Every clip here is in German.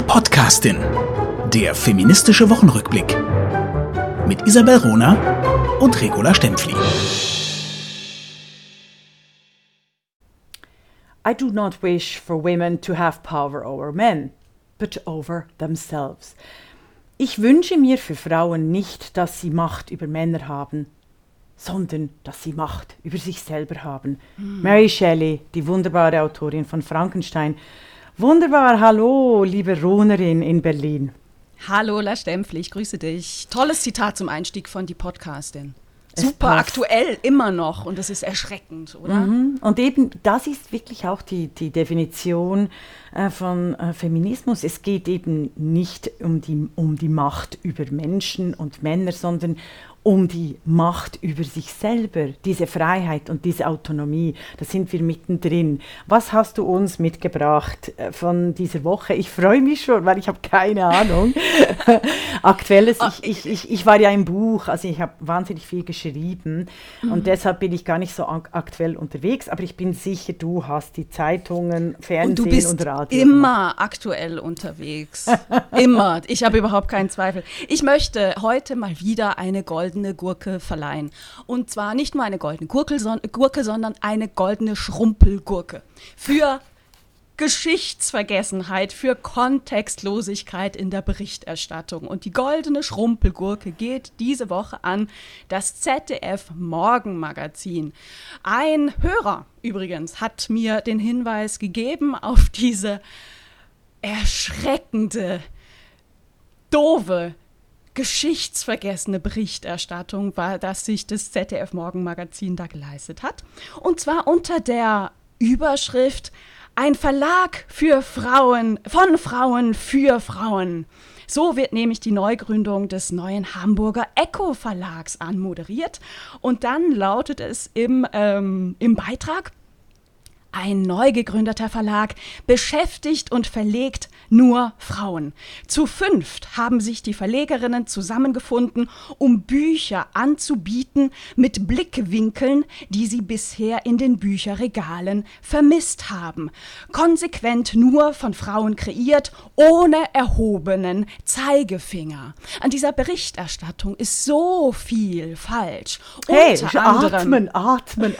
Podcastin. Der feministische Wochenrückblick. Mit Isabel Rohner und Regula Stempfli. I do not wish for women to have power over men, but over themselves. Ich wünsche mir für Frauen nicht, dass sie Macht über Männer haben, sondern dass sie Macht über sich selber haben. Mary Shelley, die wunderbare Autorin von Frankenstein. Wunderbar, hallo, liebe Rohnerin in Berlin. Hallo, La Stempfli, ich grüße dich. Tolles Zitat zum Einstieg von die Podcastin. Super aktuell, immer noch, und das ist erschreckend, oder? Und eben, das ist wirklich auch die Definition von Feminismus. Es geht eben nicht um die Macht über Menschen und Männer, sondern um die Macht über sich selber, diese Freiheit und diese Autonomie. Da sind wir mittendrin. Was hast du uns mitgebracht von dieser Woche? Ich freue mich schon, weil ich habe keine Ahnung. Aktuelles, ich war ja im Buch, also ich habe wahnsinnig viel geschrieben und deshalb bin ich gar nicht so aktuell unterwegs, aber ich bin sicher, du hast die Zeitungen, Fernsehen und du bist und Radio immer aktuell unterwegs. Immer. Ich habe überhaupt keinen Zweifel. Ich möchte heute mal wieder eine goldene Gurke verleihen. Und zwar nicht nur eine goldene Gurke, sondern eine goldene Schrumpelgurke. Für Geschichtsvergessenheit, für Kontextlosigkeit in der Berichterstattung. Und die goldene Schrumpelgurke geht diese Woche an das ZDF Morgenmagazin. Ein Hörer übrigens hat mir den Hinweis gegeben auf diese erschreckende, doofe, geschichtsvergessene Berichterstattung, dass sich das ZDF Morgenmagazin da geleistet hat. Und zwar unter der Überschrift „Ein Verlag für Frauen, von Frauen für Frauen". So wird nämlich die Neugründung des neuen Hamburger Echo-Verlags anmoderiert. Und dann lautet es im Beitrag: Ein neu gegründeter Verlag beschäftigt und verlegt nur Frauen. Zu 5 haben sich die Verlegerinnen zusammengefunden, um Bücher anzubieten mit Blickwinkeln, die sie bisher in den Bücherregalen vermisst haben. Konsequent nur von Frauen kreiert, ohne erhobenen Zeigefinger. An dieser Berichterstattung ist so viel falsch. Hey, Unter anderem, atmen.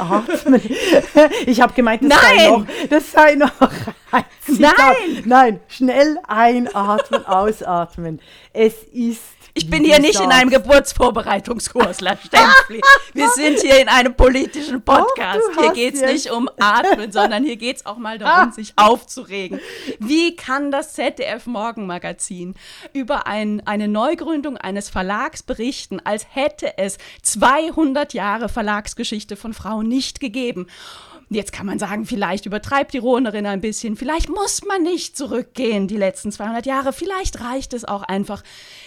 Ich habe gemeint, das sei noch ein Zitat. Nein, schnell einatmen, ausatmen. Es ist... Ich bin hier nicht in einem Geburtsvorbereitungskurs, La Stempfli. Wir sind hier in einem politischen Podcast. Hier geht es nicht um Atmen, sondern hier geht es auch mal darum, sich aufzuregen. Wie kann das ZDF Morgenmagazin über eine Neugründung eines Verlags berichten, als hätte es 200 Jahre Verlagsgeschichte von Frauen nicht gegeben? Jetzt kann man sagen, vielleicht übertreibt die Rohnerin ein bisschen, vielleicht muss man nicht zurückgehen die letzten 200 Jahre, vielleicht reicht es auch einfach,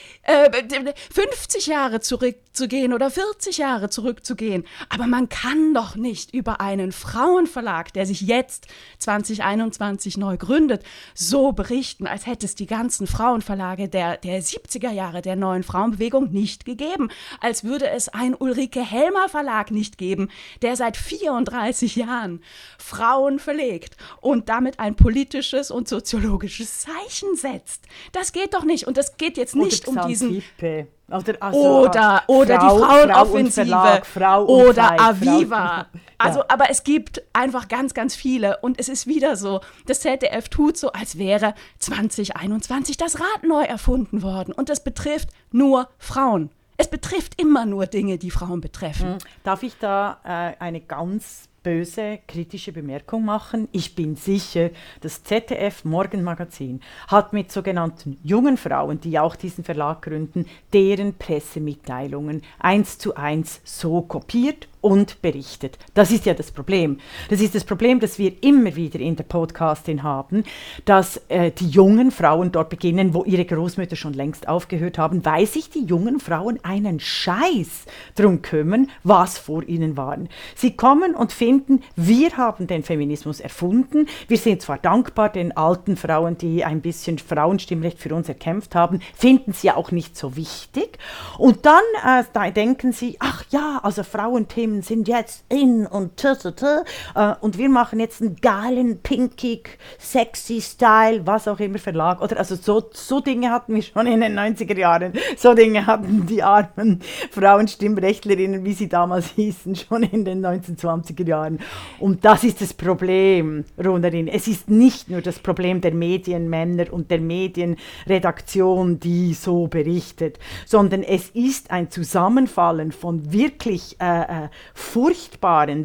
50 Jahre zurückzugehen oder 40 Jahre zurückzugehen. Aber man kann doch nicht über einen Frauenverlag, der sich jetzt 2021 neu gründet, so berichten, als hätte es die ganzen Frauenverlage der 70er Jahre der neuen Frauenbewegung nicht gegeben. Als würde es einen Ulrike Helmer Verlag nicht geben, der seit 34 Jahren Frauen verlegt und damit ein politisches und soziologisches Zeichen setzt. Das geht doch nicht. Und das geht jetzt nicht um diesen... Oder die Frauenoffensive oder Aviva. Aber es gibt einfach ganz, ganz viele. Und es ist wieder so, das ZDF tut so, als wäre 2021 das Rad neu erfunden worden. Und das betrifft nur Frauen. Es betrifft immer nur Dinge, die Frauen betreffen. Darf ich da eine ganz böse, kritische Bemerkung machen? Ich bin sicher, das ZDF Morgenmagazin hat mit sogenannten jungen Frauen, die auch diesen Verlag gründen, deren Pressemitteilungen 1:1 so kopiert und berichtet. Das ist ja das Problem. Das ist das Problem, das wir immer wieder in der Podcastin haben, dass die jungen Frauen dort beginnen, wo ihre Großmütter schon längst aufgehört haben, weil sich die jungen Frauen einen Scheiß drum kümmern, was vor ihnen waren. Sie kommen und finden finden, wir haben den Feminismus erfunden. Wir sind zwar dankbar den alten Frauen, die ein bisschen Frauenstimmrecht für uns erkämpft haben, finden sie auch nicht so wichtig. Und dann da denken sie, ach ja, also Frauenthemen sind jetzt in und und wir machen jetzt einen geilen, pinkig, sexy Style, was auch immer Verlag. Oder also so Dinge hatten wir schon in den 90er Jahren. So Dinge hatten die armen Frauenstimmrechtlerinnen, wie sie damals hießen, schon in den 1920er Jahren. Und das ist das Problem, Runerin. Es ist nicht nur das Problem der Medienmänner und der Medienredaktion, die so berichtet, sondern es ist ein Zusammenfallen von wirklich furchtbaren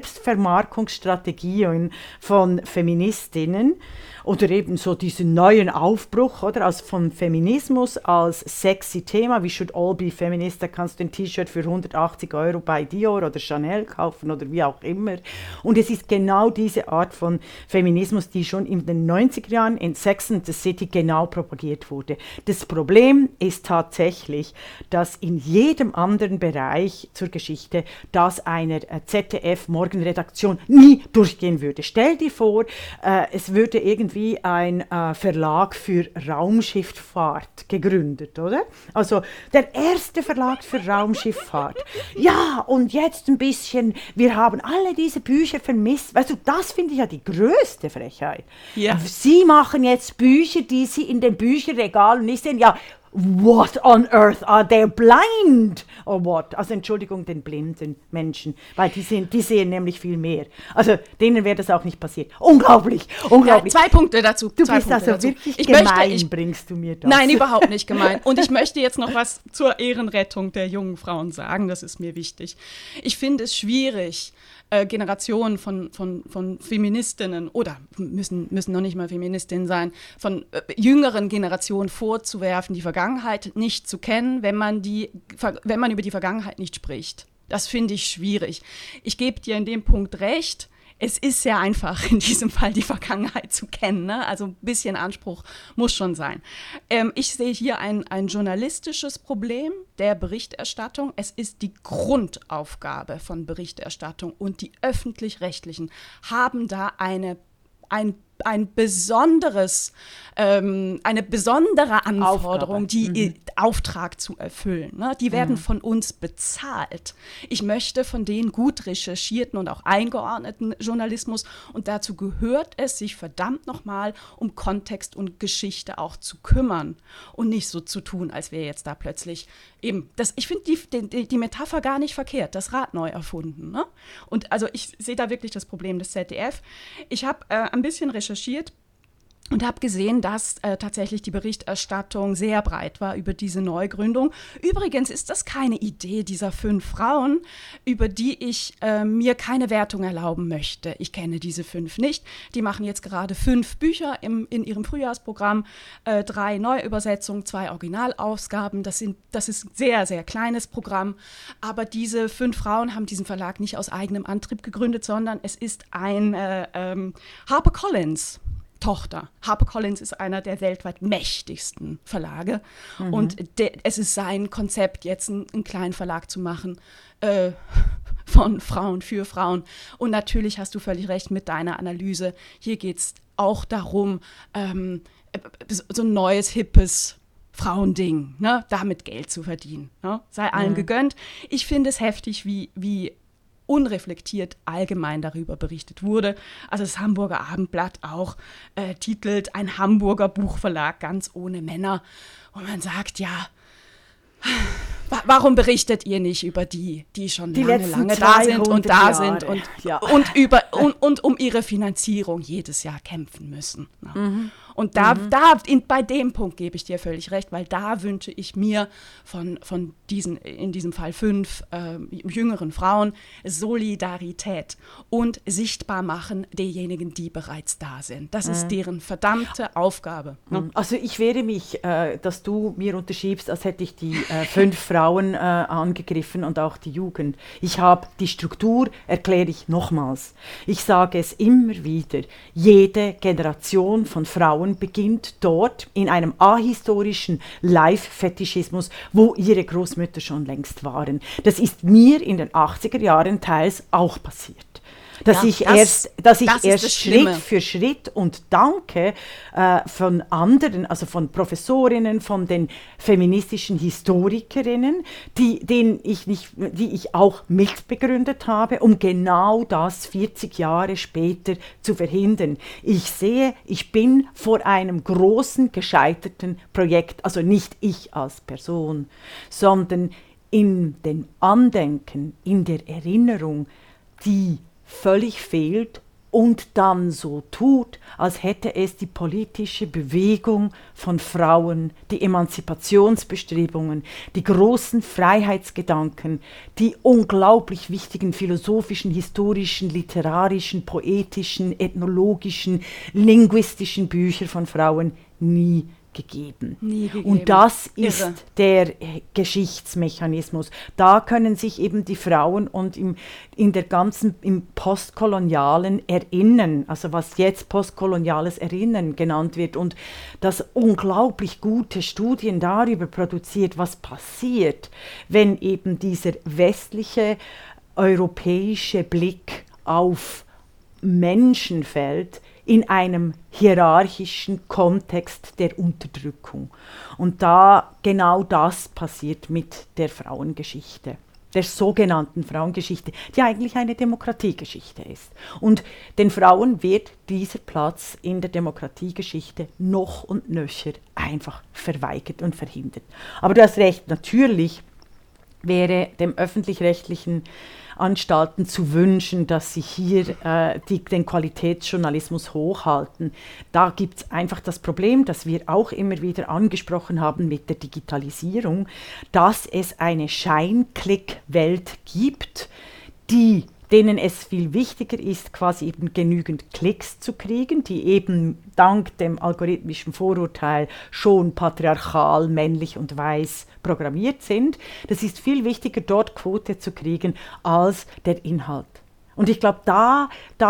Selbstvermarkungsstrategien von Feministinnen oder eben so diesen neuen Aufbruch, oder, also von Feminismus als sexy Thema, we should all be feminist, da kannst du ein T-Shirt für 180 € bei Dior oder Chanel kaufen oder wie auch immer. Und es ist genau diese Art von Feminismus, die schon in den 90er Jahren in Sex and the City genau propagiert wurde. Das Problem ist tatsächlich, dass in jedem anderen Bereich zur Geschichte das einer ZDF-Morgenredaktion nie durchgehen würde. Stell dir vor, es würde irgendwie ein Verlag für Raumschifffahrt gegründet, oder? Also der erste Verlag für Raumschifffahrt. Ja, und jetzt ein bisschen, wir haben alle diese Bücher vermisst. Weißt du, das finde ich ja die größte Frechheit. Ja. Sie machen jetzt Bücher, die Sie in den Bücherregalen nicht sehen. Ja, what on earth are they blind? Or what? Also Entschuldigung, den blinden Menschen, weil die sehen nämlich viel mehr. Also denen wäre das auch nicht passiert. Unglaublich, unglaublich. Ja, 2 Punkte dazu. Du zwei bist Punkte also dazu. wirklich Ich gemein, möchte, bringst du mir das. Nein, überhaupt nicht gemein. Und ich möchte jetzt noch was zur Ehrenrettung der jungen Frauen sagen, das ist mir wichtig. Ich finde es schwierig, Generationen von Feministinnen oder müssen noch nicht mal Feministinnen sein, von jüngeren Generationen vorzuwerfen, die Vergangenheit nicht zu kennen, wenn man über die Vergangenheit nicht spricht. Das finde ich schwierig. Ich gebe dir in dem Punkt recht. Es ist sehr einfach, in diesem Fall die Vergangenheit zu kennen, ne? Also ein bisschen Anspruch muss schon sein. Ich sehe hier ein journalistisches Problem der Berichterstattung. Es ist die Grundaufgabe von Berichterstattung und die Öffentlich-Rechtlichen haben da eine besondere Anforderung, Auftrag zu erfüllen. Ne? Die werden von uns bezahlt. Ich möchte von denen gut recherchierten und auch eingeordneten Journalismus und dazu gehört es, sich verdammt nochmal um Kontext und Geschichte auch zu kümmern und nicht so zu tun, als wäre jetzt da plötzlich eben, ich finde die Metapher gar nicht verkehrt, das Rad neu erfunden. Ne? Und also ich sehe da wirklich das Problem des ZDF. Ich habe ein bisschen recherchiert und habe gesehen, dass tatsächlich die Berichterstattung sehr breit war über diese Neugründung. Übrigens ist das keine Idee dieser 5 Frauen, über die ich mir keine Wertung erlauben möchte. Ich kenne diese 5 nicht. Die machen jetzt gerade 5 Bücher in ihrem Frühjahrsprogramm, 3 Neuübersetzungen, 2 Originalausgaben. Das ist ein sehr, sehr kleines Programm. Aber diese 5 Frauen haben diesen Verlag nicht aus eigenem Antrieb gegründet, sondern es ist ein HarperCollins Tochter. HarperCollins ist einer der weltweit mächtigsten Verlage und es ist sein Konzept, jetzt einen kleinen Verlag zu machen von Frauen für Frauen. Und natürlich hast du völlig recht mit deiner Analyse. Hier geht es auch darum, so ein neues, hippes Frauending, ne, damit Geld zu verdienen. Ne? Sei allen gegönnt. Ich finde es heftig, wie unreflektiert allgemein darüber berichtet wurde. Also das Hamburger Abendblatt auch titelt ein Hamburger Buchverlag ganz ohne Männer. Und man sagt, ja, warum berichtet ihr nicht über die schon lange da sind und da sind und um ihre Finanzierung jedes Jahr kämpfen müssen. Ne? Und bei dem Punkt gebe ich dir völlig recht, weil da wünsche ich mir von diesen, in diesem Fall 5 jüngeren Frauen, Solidarität und sichtbar machen derjenigen, die bereits da sind. Das ist deren verdammte Aufgabe. Ne? Also ich wehre mich, dass du mir unterschiebst, als hätte ich die 5 Frauen angegriffen und auch die Jugend. Ich habe die Struktur, erkläre ich nochmals. Ich sage es immer wieder, jede Generation von Frauen beginnt dort in einem ahistorischen Live-Fetischismus, wo ihre Großmütter schon längst waren. Das ist mir in den 80er Jahren teils auch passiert. dass Ja, ich das ist erst das Schritt Schlimme. für Schritt und danke von anderen, also von Professorinnen, von den feministischen Historikerinnen, die ich auch mitbegründet habe, um genau das 40 Jahre später zu verhindern. Ich sehe, ich bin vor einem großen gescheiterten Projekt, also nicht ich als Person, sondern in dem Andenken, in der Erinnerung, die völlig fehlt und dann so tut, als hätte es die politische Bewegung von Frauen, die Emanzipationsbestrebungen, die großen Freiheitsgedanken, die unglaublich wichtigen philosophischen, historischen, literarischen, poetischen, ethnologischen, linguistischen Bücher von Frauen nie gegeben. Nie gegeben. Und das ist Irre. der Geschichtsmechanismus. Da können sich eben die Frauen und im postkolonialen Erinnern, also was jetzt postkoloniales Erinnern genannt wird und das unglaublich gute Studien darüber produziert, was passiert, wenn eben dieser westliche europäische Blick auf Menschen fällt, in einem hierarchischen Kontext der Unterdrückung. Und da genau das passiert mit der Frauengeschichte, der sogenannten Frauengeschichte, die eigentlich eine Demokratiegeschichte ist. Und den Frauen wird dieser Platz in der Demokratiegeschichte noch und nöcher einfach verweigert und verhindert. Aber du hast recht, natürlich wäre dem öffentlich-rechtlichen Anstalten zu wünschen, dass sie hier den Qualitätsjournalismus hochhalten. Da gibt es einfach das Problem, das wir auch immer wieder angesprochen haben mit der Digitalisierung, dass es eine Scheinklick-Welt gibt, denen es viel wichtiger ist, quasi eben genügend Klicks zu kriegen, die eben dank dem algorithmischen Vorurteil schon patriarchal, männlich und weiß programmiert sind. Das ist viel wichtiger, dort Quote zu kriegen, als der Inhalt. Und ich glaube, da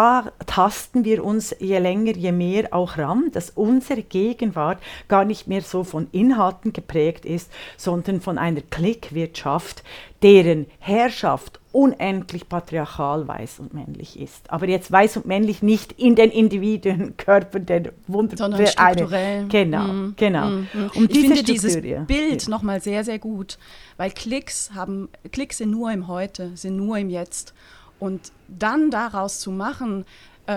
tasten wir uns je länger, je mehr auch ran, dass unsere Gegenwart gar nicht mehr so von Inhalten geprägt ist, sondern von einer Klickwirtschaft, deren Herrschaft unendlich patriarchal weiß und männlich ist. Aber jetzt weiß und männlich nicht in den Individuenkörpern der sondern strukturell. Genau. Und ich finde dieses Struktur, Bild nochmal sehr, sehr gut, weil Klicks sind nur im Heute, sind nur im Jetzt. Und dann daraus zu machen,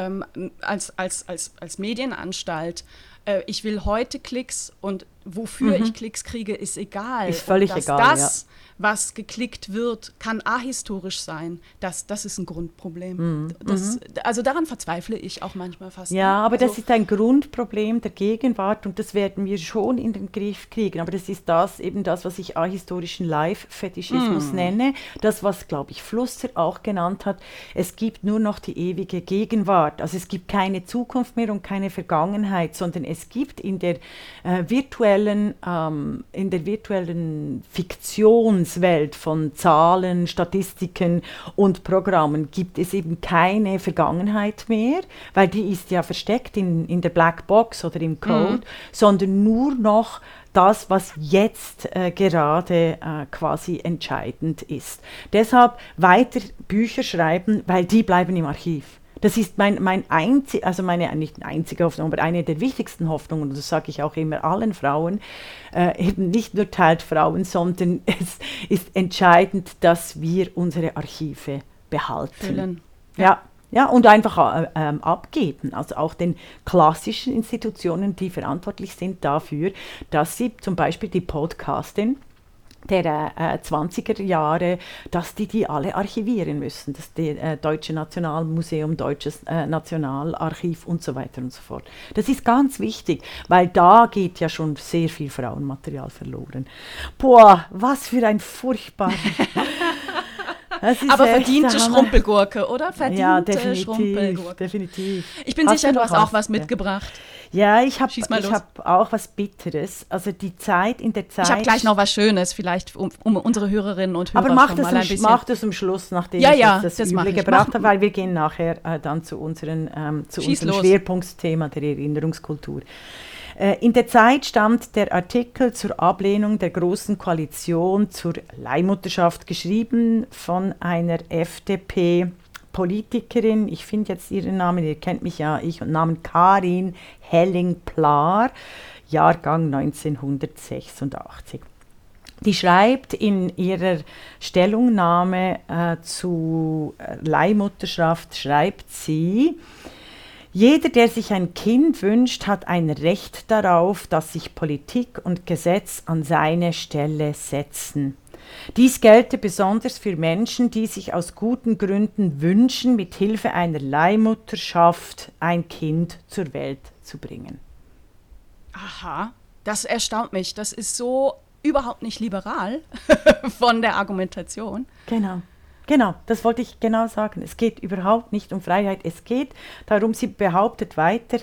als Medienanstalt, ich will heute Klicks und wofür ich Klicks kriege, ist egal. Ist völlig und egal, das, was geklickt wird, kann ahistorisch sein. Das ist ein Grundproblem. Also daran verzweifle ich auch manchmal fast. Ja, aber also, das ist ein Grundproblem der Gegenwart und das werden wir schon in den Griff kriegen. Aber das ist eben das, was ich ahistorischen Live-Fetischismus nenne. Das, was, glaube ich, Flusser auch genannt hat. Es gibt nur noch die ewige Gegenwart. Also es gibt keine Zukunft mehr und keine Vergangenheit, sondern es gibt in der virtuellen Fiktionswelt von Zahlen, Statistiken und Programmen gibt es eben keine Vergangenheit mehr, weil die ist ja versteckt in der Blackbox oder im Code, sondern nur noch das, was jetzt gerade quasi entscheidend ist. Deshalb weiter Bücher schreiben, weil die bleiben im Archiv. Das ist meine nicht einzige Hoffnung, aber eine der wichtigsten Hoffnungen, und das sage ich auch immer allen Frauen, eben nicht nur teilt Frauen, sondern es ist entscheidend, dass wir unsere Archive behalten. Füllen. Ja, und einfach abgeben, also auch den klassischen Institutionen, die verantwortlich sind dafür, dass sie zum Beispiel die Podcastin der 20er Jahre, dass die alle archivieren müssen, das Deutsche Nationalmuseum, Deutsches Nationalarchiv und so weiter und so fort. Das ist ganz wichtig, weil da geht ja schon sehr viel Frauenmaterial verloren. Boah, was für ein furchtbarer... Aber verdiente Schrumpelgurke, oder? Verdiente ja, Schrumpelgurke. Definitiv. Ich bin sicher, du hast auch was mitgebracht. Ja, ich habe hab auch was Bitteres. Also in der Zeit... Ich habe gleich noch was Schönes, vielleicht um unsere Hörerinnen und Hörer aber mach schon mal ein bisschen... mach das am Schluss, nachdem ich das Üble gebracht habe, weil wir gehen nachher dann zu unserem Schwerpunktthema der Erinnerungskultur. In der Zeit stammt der Artikel zur Ablehnung der Großen Koalition zur Leihmutterschaft, geschrieben von einer FDP- Politikerin, ich finde jetzt ihren Namen, ihr kennt mich ja, Namen Karin Helling-Plar, Jahrgang 1986. Die schreibt in ihrer Stellungnahme zu Leihmutterschaft, schreibt sie: Jeder, der sich ein Kind wünscht, hat ein Recht darauf, dass sich Politik und Gesetz an seine Stelle setzen. Dies gelte besonders für Menschen, die sich aus guten Gründen wünschen, mit Hilfe einer Leihmutterschaft ein Kind zur Welt zu bringen. Aha, das erstaunt mich. Das ist so überhaupt nicht liberal von der Argumentation. Genau, das wollte ich genau sagen. Es geht überhaupt nicht um Freiheit. Es geht darum, sie behauptet weiter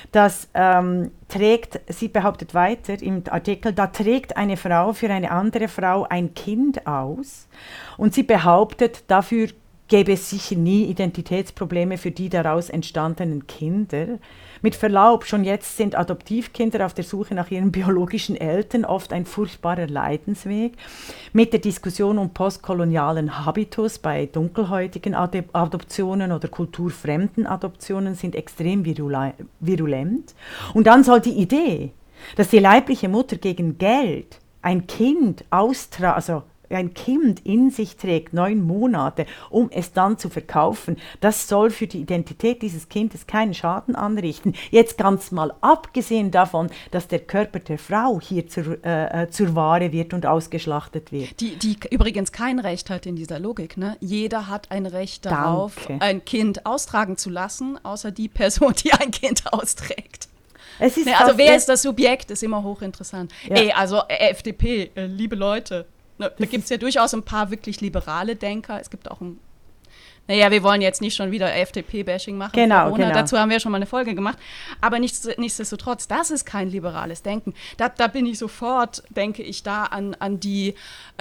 im Artikel, da trägt eine Frau für eine andere Frau ein Kind aus und sie behauptet, dafür gäbe es sicher nie Identitätsprobleme für die daraus entstandenen Kinder. Mit Verlaub, schon jetzt sind Adoptivkinder auf der Suche nach ihren biologischen Eltern oft ein furchtbarer Leidensweg. Mit der Diskussion um postkolonialen Habitus bei dunkelhäutigen Adoptionen oder kulturfremden Adoptionen sind extrem virulent. Und dann soll die Idee, dass die leibliche Mutter gegen Geld ein Kind ein Kind in sich trägt, 9 Monate, um es dann zu verkaufen, das soll für die Identität dieses Kindes keinen Schaden anrichten. Jetzt ganz mal abgesehen davon, dass der Körper der Frau hier zur Ware wird und ausgeschlachtet wird. Die übrigens kein Recht hat in dieser Logik. Ne? Jeder hat ein Recht darauf, ein Kind austragen zu lassen, außer die Person, die ein Kind austrägt. Also wer ist das Subjekt, ist immer hochinteressant. Ja. Also FDP, liebe Leute, da gibt es ja durchaus ein paar wirklich liberale Denker. Es gibt auch wir wollen jetzt nicht schon wieder FDP-Bashing machen. Genau. Dazu haben wir schon mal eine Folge gemacht. Aber nichtsdestotrotz, das ist kein liberales Denken. Da bin ich sofort, denke ich, da an die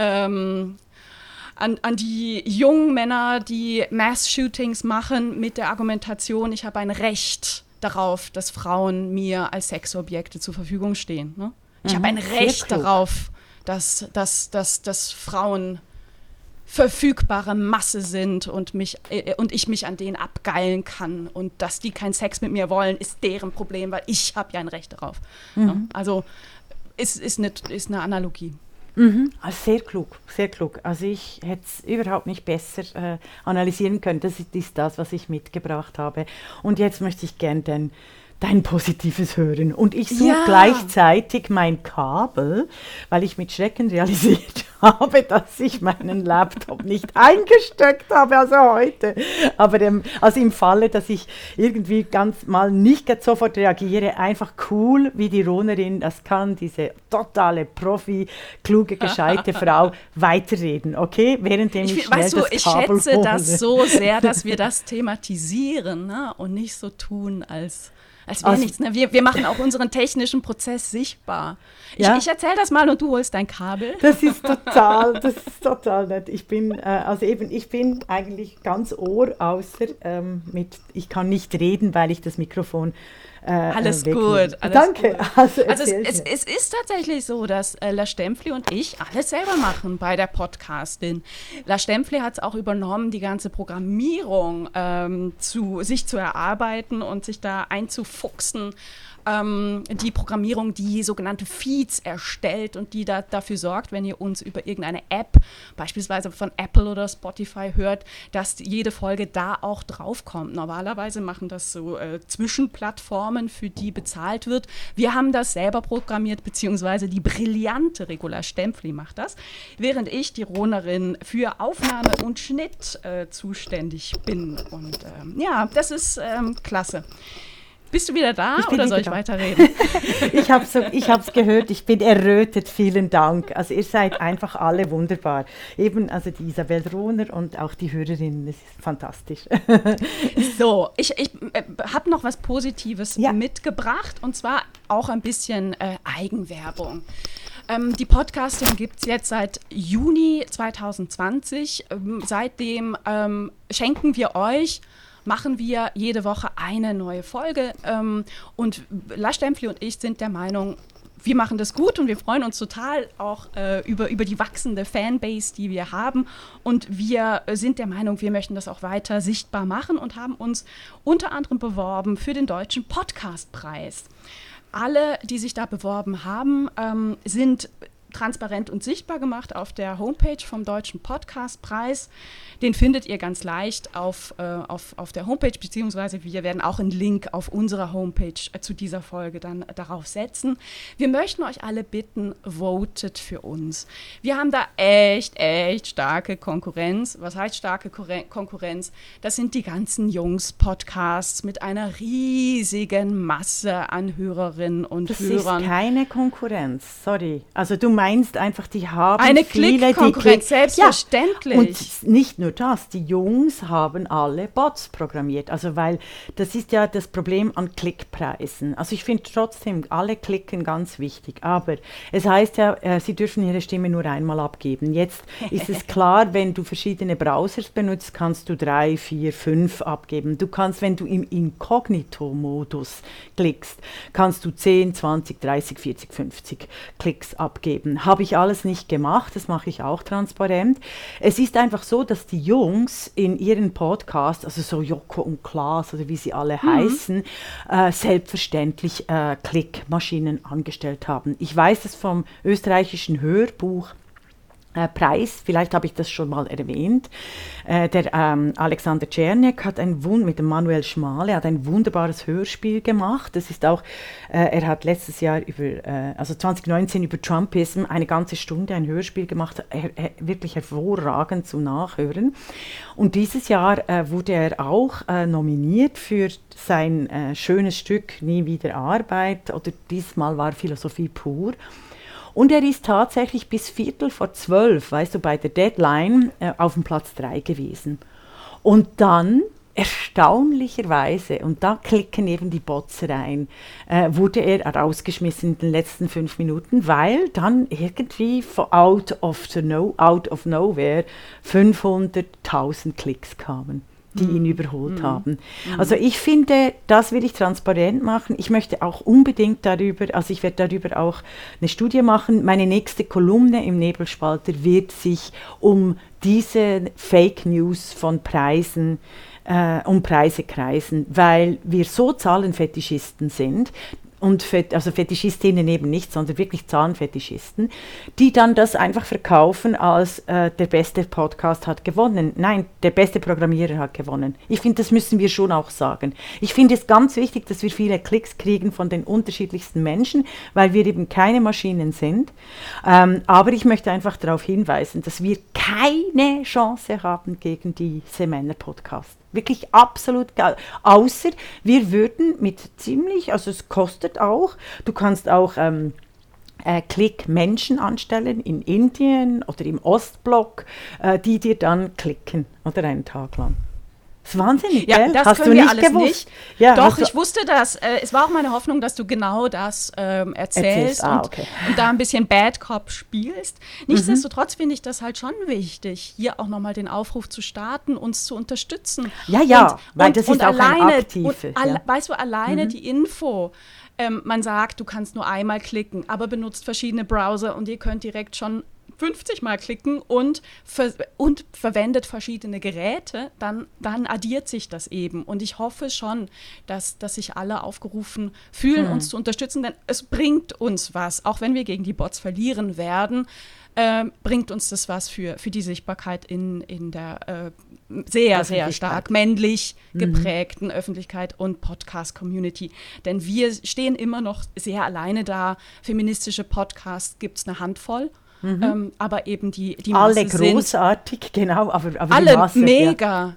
jungen Männer, die Mass-Shootings machen mit der Argumentation, ich habe ein Recht darauf, dass Frauen mir als Sexobjekte zur Verfügung stehen. Ne? Ich habe ein Recht darauf, dass Frauen verfügbare Masse sind und ich mich an denen abgeilen kann und dass die keinen Sex mit mir wollen, ist deren Problem, weil ich habe ja ein Recht darauf. Ja, also ist eine Analogie. Also sehr klug. Also ich hätte es überhaupt nicht besser analysieren können. Das ist das, was ich mitgebracht habe. Und jetzt möchte ich gerne dein Positives hören. Und ich suche gleichzeitig mein Kabel, weil ich mit Schrecken realisiert habe, dass ich meinen Laptop nicht eingesteckt habe, also heute. Aber also im Falle, dass ich irgendwie ganz mal nicht sofort reagiere, einfach cool, wie die Ronerin das kann, diese totale Profi, kluge, gescheite Frau, weiterreden, okay? Währenddem ich schnell das Kabel schätze hole. Das so sehr, dass wir das thematisieren, ne? Und nicht so tun, als wäre nichts. Ne? Wir machen auch unseren technischen Prozess sichtbar. Ich erzähle das mal und du holst dein Kabel. Das ist total nett. Ich bin eigentlich ganz Ohr, außer ich kann nicht reden, weil ich das Mikrofon alles gut. Danke. Gut. Also es ist tatsächlich so, dass La Stempfli und ich alles selber machen bei der Podcastin. La Stempfli hat es auch übernommen, die ganze Programmierung sich zu erarbeiten und sich da einzufuchsen. Die Programmierung, die sogenannte Feeds erstellt und die dafür sorgt, wenn ihr uns über irgendeine App, beispielsweise von Apple oder Spotify hört, dass jede Folge da auch draufkommt. Normalerweise machen das so Zwischenplattformen, für die bezahlt wird. Wir haben das selber programmiert, beziehungsweise die brillante Regula Stempfli macht das, während ich, die Ronerin, für Aufnahme und Schnitt zuständig bin. Und das ist klasse. Bist du wieder da oder soll ich weiterreden? Ich hab's gehört, ich bin errötet, vielen Dank. Also ihr seid einfach alle wunderbar. Eben, also die Isabel Rohner und auch die Hörerinnen, das ist fantastisch. So, ich habe noch was Positives mitgebracht und zwar auch ein bisschen Eigenwerbung. Die Podcasting gibt es jetzt seit Juni 2020. Seitdem machen wir jede Woche eine neue Folge und La Stempfli und ich sind der Meinung, wir machen das gut und wir freuen uns total auch über die wachsende Fanbase, die wir haben. Und wir sind der Meinung, wir möchten das auch weiter sichtbar machen und haben uns unter anderem beworben für den Deutschen Podcastpreis. Alle, die sich da beworben haben, sind transparent und sichtbar gemacht auf der Homepage vom Deutschen Podcastpreis. Den findet ihr ganz leicht auf der Homepage, beziehungsweise wir werden auch einen Link auf unserer Homepage zu dieser Folge dann darauf setzen. Wir möchten euch alle bitten, votet für uns. Wir haben da echt starke Konkurrenz. Was heißt starke Konkurrenz? Das sind die ganzen Jungs-Podcasts mit einer riesigen Masse an Hörerinnen und Hörern. Das ist keine Konkurrenz, sorry. Also du meinst einfach, die haben eine viele, Klick-Konkurrenz, selbstverständlich. Ja. Und nicht nur das, die Jungs haben alle Bots programmiert. Also weil das ist ja das Problem an Klickpreisen. Also ich finde trotzdem alle Klicken ganz wichtig. Aber es heißt ja, sie dürfen ihre Stimme nur einmal abgeben. Jetzt ist es klar, wenn du verschiedene Browsers benutzt, kannst du 3, 4, 5 abgeben. Du kannst, wenn du im Inkognito-Modus klickst, kannst du 10, 20, 30, 40, 50 Klicks abgeben. Habe ich alles nicht gemacht, das mache ich auch transparent. Es ist einfach so, dass die Jungs in ihren Podcasts, also so Joko und Klaas oder wie sie alle heißen, selbstverständlich Klickmaschinen angestellt haben. Ich weiß es vom österreichischen Hörbuch Preis, vielleicht habe ich das schon mal erwähnt. Der Alexander Czerniak hat mit dem Manuel Schmale hat ein wunderbares Hörspiel gemacht. Das ist auch, er hat letztes Jahr also 2019 über Trumpism eine ganze Stunde ein Hörspiel gemacht, wirklich hervorragend zum Nachhören. Und dieses Jahr wurde er auch nominiert für sein schönes Stück Nie wieder Arbeit, oder diesmal war Philosophie pur. Und er ist tatsächlich bis 11:45, weißt du, bei der Deadline auf dem Platz 3 gewesen. Und dann, erstaunlicherweise, und da klicken eben die Bots rein, wurde er rausgeschmissen in den letzten 5 Minuten, weil dann irgendwie out of nowhere 500.000 Klicks kamen, die ihn überholt haben. Also ich finde, das will ich transparent machen. Ich möchte auch unbedingt ich werde darüber auch eine Studie machen. Meine nächste Kolumne im Nebelspalter wird sich um diese Fake News von Preisen, um Preise kreisen, weil wir so Zahlenfetischisten sind. Und also Fetischistinnen eben nicht, sondern wirklich Zahlenfetischisten, die dann das einfach verkaufen als der beste Podcast hat gewonnen. Nein, der beste Programmierer hat gewonnen. Ich finde, das müssen wir schon auch sagen. Ich finde es ganz wichtig, dass wir viele Klicks kriegen von den unterschiedlichsten Menschen, weil wir eben keine Maschinen sind. Aber ich möchte einfach darauf hinweisen, dass wir keine Chance haben gegen diese Männer-Podcasts. Wirklich absolut geil. Außer wir würden also es kostet auch, du kannst auch Klick-Menschen anstellen in Indien oder im Ostblock, die dir dann klicken oder einen Tag lang. Das ist wahnsinnig, ja, gell? Das hast können du wir nicht alles gewusst? nicht. Ja, doch, ich wusste das. Es war auch meine Hoffnung, dass du genau das erzählst und da ein bisschen Bad Cop spielst. Nichtsdestotrotz finde ich das halt schon wichtig, hier auch nochmal den Aufruf zu starten, uns zu unterstützen. Weil das ist auch alleine, ein aktives. Weißt du, alleine die Info, man sagt, du kannst nur einmal klicken, aber benutzt verschiedene Browser und ihr könnt direkt schon 50 Mal klicken und verwendet verschiedene Geräte, dann addiert sich das eben. Und ich hoffe schon, dass sich alle aufgerufen fühlen, uns zu unterstützen, denn es bringt uns was. Auch wenn wir gegen die Bots verlieren werden, bringt uns das was für die Sichtbarkeit in der sehr, sehr stark männlich geprägten Öffentlichkeit und Podcast-Community. Denn wir stehen immer noch sehr alleine da. Feministische Podcasts gibt es eine Handvoll. Aber eben die Masse alle großartig, genau, aber alle die Masse, mega.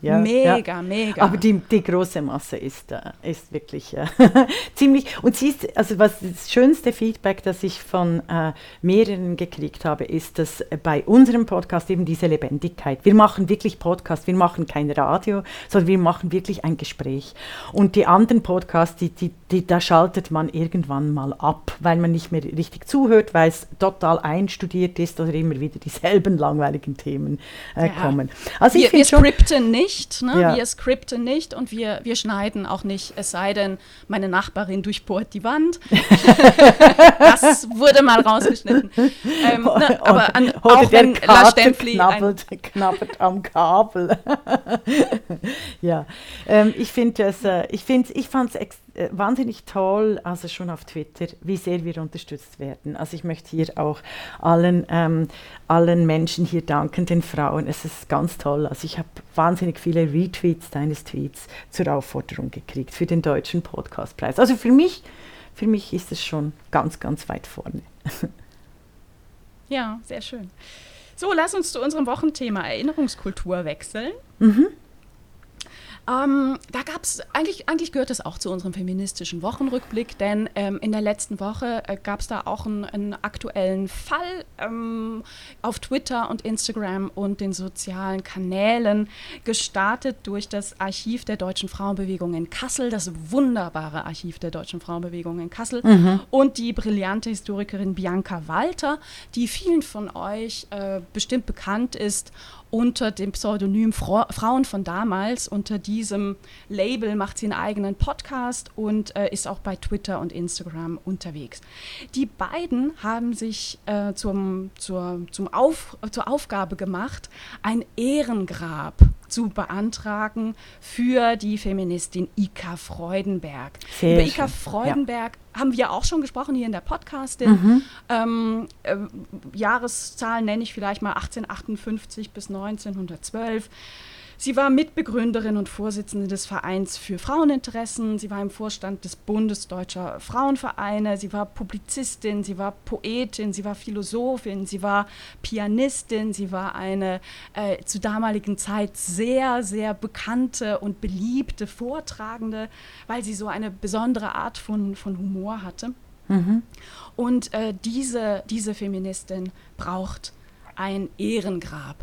Aber die große Masse ist wirklich ziemlich, und siehst, also was das schönste Feedback, das ich von mehreren gekriegt habe, ist, dass bei unserem Podcast eben diese Lebendigkeit, wir machen wirklich Podcast, wir machen kein Radio, sondern wir machen wirklich ein Gespräch. Und die anderen Podcasts, da schaltet man irgendwann mal ab, weil man nicht mehr richtig zuhört, weil es total einstudiert strukturiert ist oder immer wieder dieselben langweiligen Themen kommen. Also wir skripten nicht, ne? Ja. Wir skripten nicht und wir schneiden auch nicht, es sei denn, meine Nachbarin durchbohrt die Wand. Das wurde mal rausgeschnitten. Aber auch wenn La Stempfli knabbert am Kabel. Ja, ich fand es wahnsinnig toll, also schon auf Twitter, wie sehr wir unterstützt werden. Also ich möchte hier auch allen Menschen hier danken, den Frauen. Es ist ganz toll. Also ich habe wahnsinnig viele Retweets deines Tweets zur Aufforderung gekriegt für den Deutschen Podcastpreis. Also für mich ist es schon ganz, ganz weit vorne. Ja, sehr schön. So, lass uns zu unserem Wochenthema Erinnerungskultur wechseln. Da gab es, eigentlich gehört es auch zu unserem feministischen Wochenrückblick, denn in der letzten Woche gab es da auch einen aktuellen Fall auf Twitter und Instagram und den sozialen Kanälen, gestartet durch das Archiv der Deutschen Frauenbewegung in Kassel, das wunderbare Archiv der Deutschen Frauenbewegung in Kassel und die brillante Historikerin Bianca Walter, die vielen von euch bestimmt bekannt ist unter dem Pseudonym Frauen von damals. Unter diesem Label macht sie einen eigenen Podcast und ist auch bei Twitter und Instagram unterwegs. Die beiden haben sich zur Aufgabe gemacht, ein Ehrengrab zu beantragen für die Feministin Ika Freudenberg. Über Ika Freudenberg haben wir auch schon gesprochen hier in der Podcastin. Jahreszahlen nenne ich vielleicht mal 1858 bis 1912. Sie war Mitbegründerin und Vorsitzende des Vereins für Fraueninteressen. Sie war im Vorstand des Bundes Deutscher Frauenvereine. Sie war Publizistin, sie war Poetin, sie war Philosophin, sie war Pianistin. Sie war eine zu damaligen Zeit sehr, sehr bekannte und beliebte Vortragende, weil sie so eine besondere Art von Humor hatte. Und diese Feministin braucht ein Ehrengrab.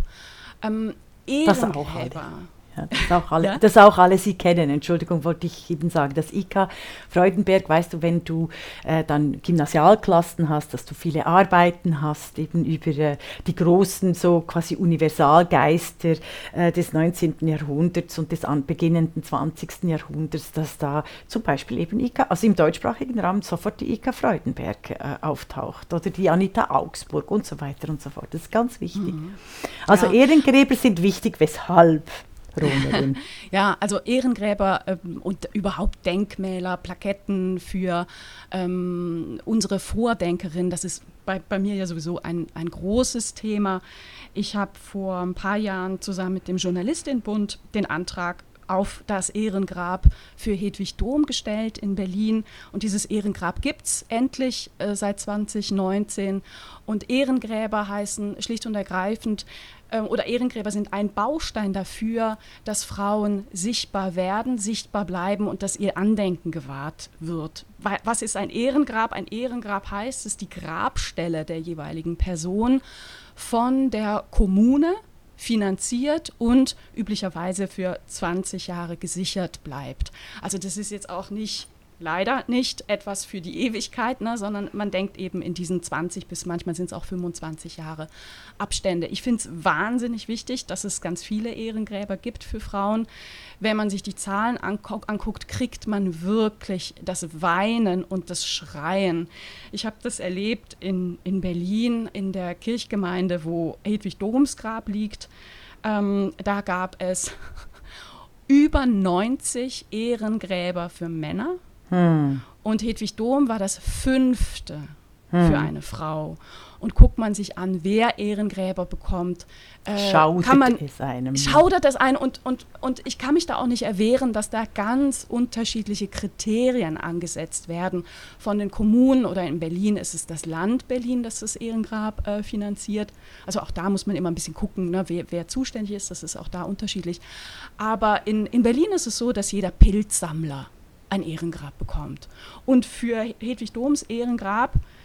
Ehrengräber. Das auch alle Sie kennen. Entschuldigung, wollte ich Ihnen sagen. Das Ika Freudenberg, weißt du, wenn du dann Gymnasialklassen hast, dass du viele Arbeiten hast, eben über die großen, so quasi Universalgeister des 19. Jahrhunderts und des beginnenden 20. Jahrhunderts, dass da zum Beispiel eben Ika, also im deutschsprachigen Raum sofort die Ika Freudenberg auftaucht oder die Anita Augsburg und so weiter und so fort. Das ist ganz wichtig. Also Ehrengräber sind wichtig. Weshalb? Ja, also Ehrengräber und überhaupt Denkmäler, Plaketten für unsere Vordenkerin, das ist bei mir ja sowieso ein großes Thema. Ich habe vor ein paar Jahren zusammen mit dem Journalistinnenbund den Antrag auf das Ehrengrab für Hedwig Dohm gestellt in Berlin. Und dieses Ehrengrab gibt es endlich seit 2019. Und Ehrengräber heißen schlicht und ergreifend, oder Ehrengräber sind ein Baustein dafür, dass Frauen sichtbar werden, sichtbar bleiben und dass ihr Andenken gewahrt wird. Was ist ein Ehrengrab? Ein Ehrengrab heißt, es ist die Grabstelle der jeweiligen Person von der Kommune finanziert und üblicherweise für 20 Jahre gesichert bleibt. Also das ist jetzt auch leider nicht etwas für die Ewigkeit, ne, sondern man denkt eben in diesen 20 bis manchmal sind es auch 25 Jahre Abstände. Ich finde es wahnsinnig wichtig, dass es ganz viele Ehrengräber gibt für Frauen. Wenn man sich die Zahlen anguckt, kriegt man wirklich das Weinen und das Schreien. Ich habe das erlebt in Berlin, in der Kirchgemeinde, wo Hedwig Dohms Grab liegt. Da gab es über 90 Ehrengräber für Männer. Und Hedwig Dohm war das 5. für eine Frau. Und guckt man sich an, wer Ehrengräber bekommt, schaudert es ein. Und ich kann mich da auch nicht erwehren, dass da ganz unterschiedliche Kriterien angesetzt werden von den Kommunen. Oder in Berlin ist es das Land Berlin, das das Ehrengrab finanziert. Also auch da muss man immer ein bisschen gucken, ne, wer zuständig ist. Das ist auch da unterschiedlich. Aber in Berlin ist es so, dass jeder Pilzsammler ein Ehrengrab bekommt. Und für Hedwig Dohms Ehrengrab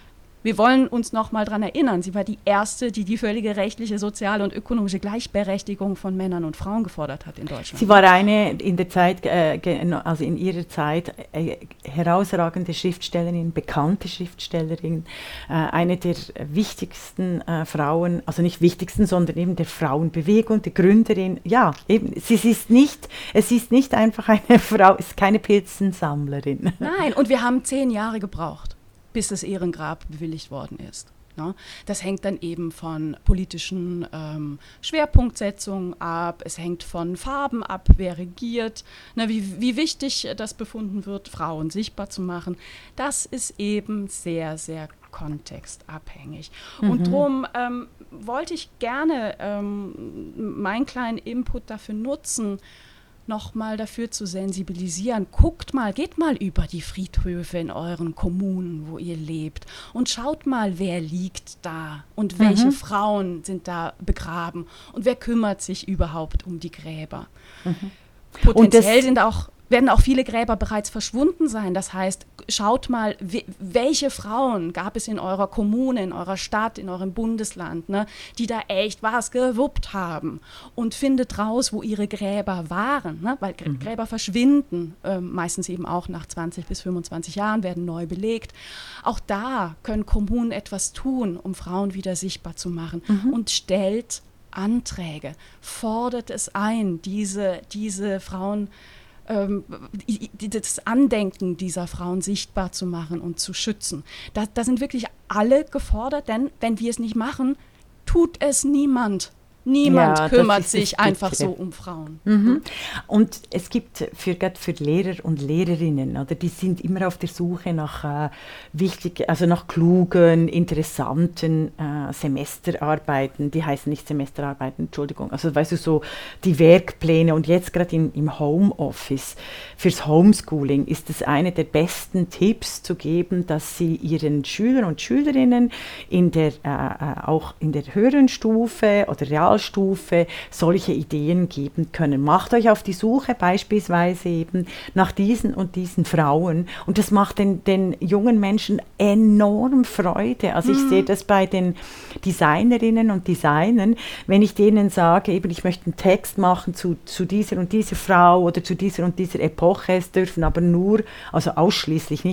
Wir wollen uns noch mal daran erinnern, sie war die erste, die die völlige rechtliche, soziale und ökonomische Gleichberechtigung von Männern und Frauen gefordert hat in Deutschland. Sie war eine in der Zeit, also in ihrer Zeit, herausragende Schriftstellerin, bekannte Schriftstellerin, eine der wichtigsten Frauen, also nicht wichtigsten, sondern eben der Frauenbewegung, die Gründerin. Ja, eben, es ist nicht einfach eine Frau, es ist keine Pilzensammlerin. Nein, und wir haben 10 Jahre gebraucht, bis das Ehrengrab bewilligt worden ist. Ne? Das hängt dann eben von politischen Schwerpunktsetzungen ab, es hängt von Farben ab, wer regiert, ne, wie wichtig das befunden wird, Frauen sichtbar zu machen. Das ist eben sehr, sehr kontextabhängig. Und darum wollte ich gerne meinen kleinen Input dafür nutzen, nochmal dafür zu sensibilisieren. Geht mal über die Friedhöfe in euren Kommunen, wo ihr lebt, und schaut mal, wer liegt da und welche Frauen sind da begraben und wer kümmert sich überhaupt um die Gräber. Potenziell werden auch viele Gräber bereits verschwunden sein. Das heißt, schaut mal, welche Frauen gab es in eurer Kommune, in eurer Stadt, in eurem Bundesland, ne, die da echt was gewuppt haben. Und findet raus, wo ihre Gräber waren. Ne, weil Gräber verschwinden, meistens eben auch nach 20 bis 25 Jahren, werden neu belegt. Auch da können Kommunen etwas tun, um Frauen wieder sichtbar zu machen. Und stellt Anträge, fordert es ein, diese Frauen, das Andenken dieser Frauen sichtbar zu machen und zu schützen. Da sind wirklich alle gefordert, denn wenn wir es nicht machen, tut es niemand. Niemand kümmert sich einfach so um Frauen. Und es gibt gerade für Lehrer und Lehrerinnen, oder, die sind immer auf der Suche nach nach klugen, interessanten Semesterarbeiten. Die heißen nicht Semesterarbeiten, Entschuldigung. Also weißt du, so die Werkpläne. Und jetzt gerade im Homeoffice, fürs Homeschooling ist es eine der besten Tipps zu geben, dass sie ihren Schülern und Schülerinnen auch in der höheren Stufe oder Realstufe solche Ideen geben können. Macht euch auf die Suche beispielsweise eben nach diesen und diesen Frauen, und das macht den jungen Menschen enorm Freude. Also ich sehe das bei den Designerinnen und Designern, wenn ich denen sage, eben ich möchte einen Text machen zu dieser und dieser Frau oder zu dieser und dieser Epoche, es dürfen aber ausschließlich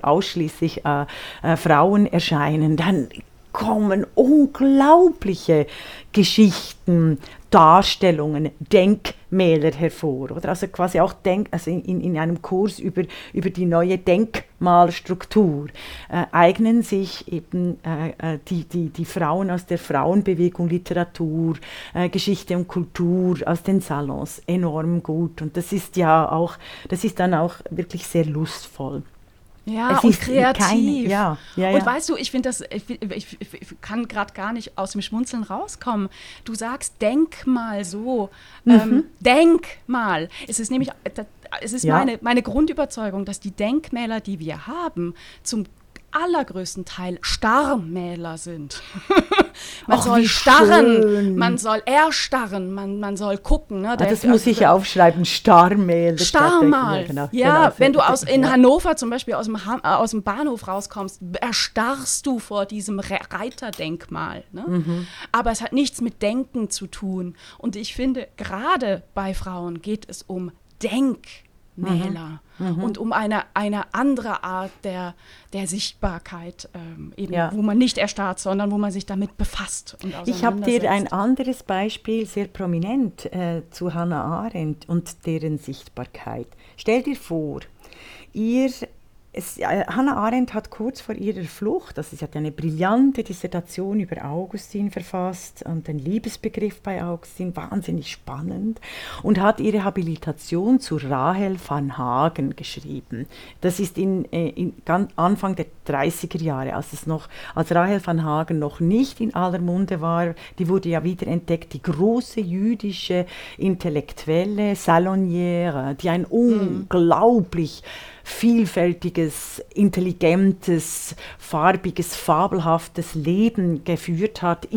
Frauen erscheinen, dann kommen unglaubliche Geschichten, Darstellungen, Denkmäler hervor. Oder? Also quasi auch in einem Kurs über die neue Denkmalstruktur eignen sich eben die Frauen aus der Frauenbewegung, Literatur, Geschichte und Kultur aus den Salons enorm gut. Und das ist dann auch wirklich sehr lustvoll. Ja, und kreativ. Und weißt du, ich finde das, ich kann gerade gar nicht aus dem Schmunzeln rauskommen. Du sagst, denk mal so. Denk mal. Es ist nämlich, meine Grundüberzeugung, dass die Denkmäler, die wir haben, zum allergrößten Teil Starrmäler sind. Man soll starren, schön. Man soll erstarren, man soll gucken. Ne? Das muss ich aufschreiben, Starrmähl. Starrmal. Ja, wenn du in Hannover zum Beispiel aus dem Bahnhof rauskommst, erstarrst du vor diesem Reiterdenkmal. Ne? Aber es hat nichts mit Denken zu tun. Und ich finde, gerade bei Frauen geht es um Denkmäler. Und um eine andere Art der Sichtbarkeit, wo man nicht erstarrt, sondern wo man sich damit befasst und auseinandersetzt. Ich habe dir ein anderes Beispiel, sehr prominent, zu Hannah Arendt und deren Sichtbarkeit. Stell dir vor, Hannah Arendt hat kurz vor ihrer Flucht, sie hat eine brillante Dissertation über Augustin verfasst und den Liebesbegriff bei Augustin, wahnsinnig spannend, und hat ihre Habilitation zu Rahel van Hagen geschrieben. Das ist Anfang der 30er Jahre, als Rahel van Hagen noch nicht in aller Munde war. Die wurde ja wiederentdeckt, die große jüdische Intellektuelle, Salonière, die ein unglaublich vielfältiges, intelligentes, farbiges, fabelhaftes Leben geführt hat,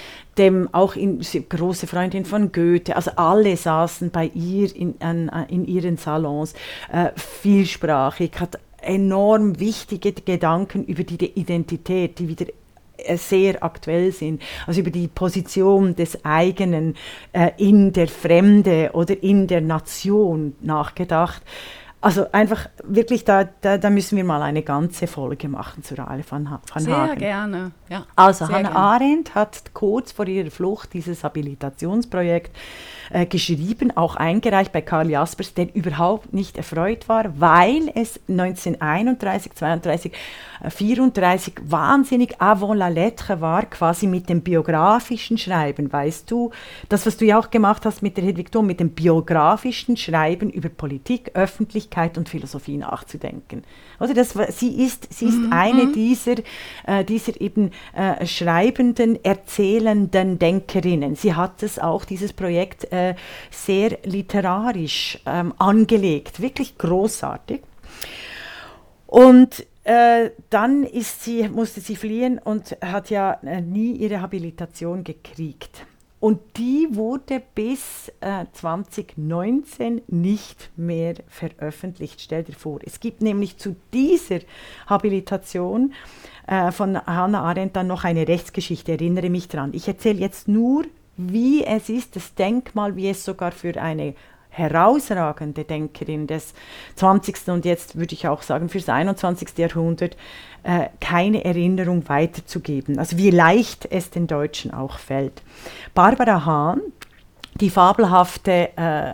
große Freundin von Goethe, also alle saßen bei ihr in ihren Salons, vielsprachig, hat enorm wichtige Gedanken über die Identität, die wieder sehr aktuell sind, also über die Position des eigenen in der Fremde oder in der Nation nachgedacht. Also einfach wirklich, da müssen wir mal eine ganze Folge machen zu Rahel van Hagen. Sehr gerne, ja. Also Hannah Arendt hat kurz vor ihrer Flucht dieses Habilitationsprojekt geschrieben, auch eingereicht bei Karl Jaspers, der überhaupt nicht erfreut war, weil es 1931, 32, 34 wahnsinnig avant la lettre war, quasi mit dem biografischen Schreiben, weißt du, das, was du ja auch gemacht hast mit der Hedwig Thom, mit dem biografischen Schreiben über Politik, Öffentlichkeit und Philosophie nachzudenken. Also sie ist eine dieser eben schreibenden, erzählenden Denkerinnen. Sie hat es auch, dieses Projekt, sehr literarisch angelegt, wirklich großartig. Und dann musste sie fliehen und hat ja nie ihre Habilitation gekriegt. Und die wurde bis 2019 nicht mehr veröffentlicht. Stell dir vor, es gibt nämlich zu dieser Habilitation von Hannah Arendt dann noch eine Rechtsgeschichte, erinnere mich dran. Ich erzähle jetzt nur, wie es ist, das Denkmal, wie es sogar für eine herausragende Denkerin des 20. und jetzt würde ich auch sagen für das 21. Jahrhundert keine Erinnerung weiterzugeben. Also wie leicht es den Deutschen auch fällt. Barbara Hahn, die fabelhafte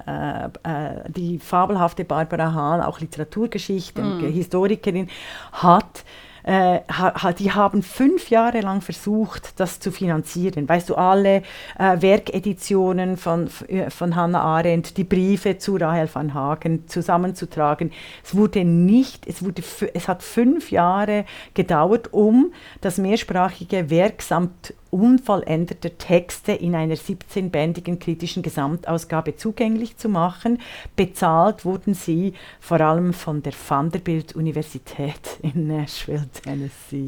Barbara Hahn, auch Literaturgeschichte, Historikerin, die haben 5 Jahre lang versucht, das zu finanzieren. Weißt du, alle Werkeditionen von Hannah Arendt, die Briefe zu Rahel van Hagen zusammenzutragen. Es hat 5 Jahre gedauert, um das mehrsprachige Werk samt unvollendeter Texte in einer 17-bändigen kritischen Gesamtausgabe zugänglich zu machen. Bezahlt wurden sie vor allem von der Vanderbilt-Universität in Nashville, Tennessee.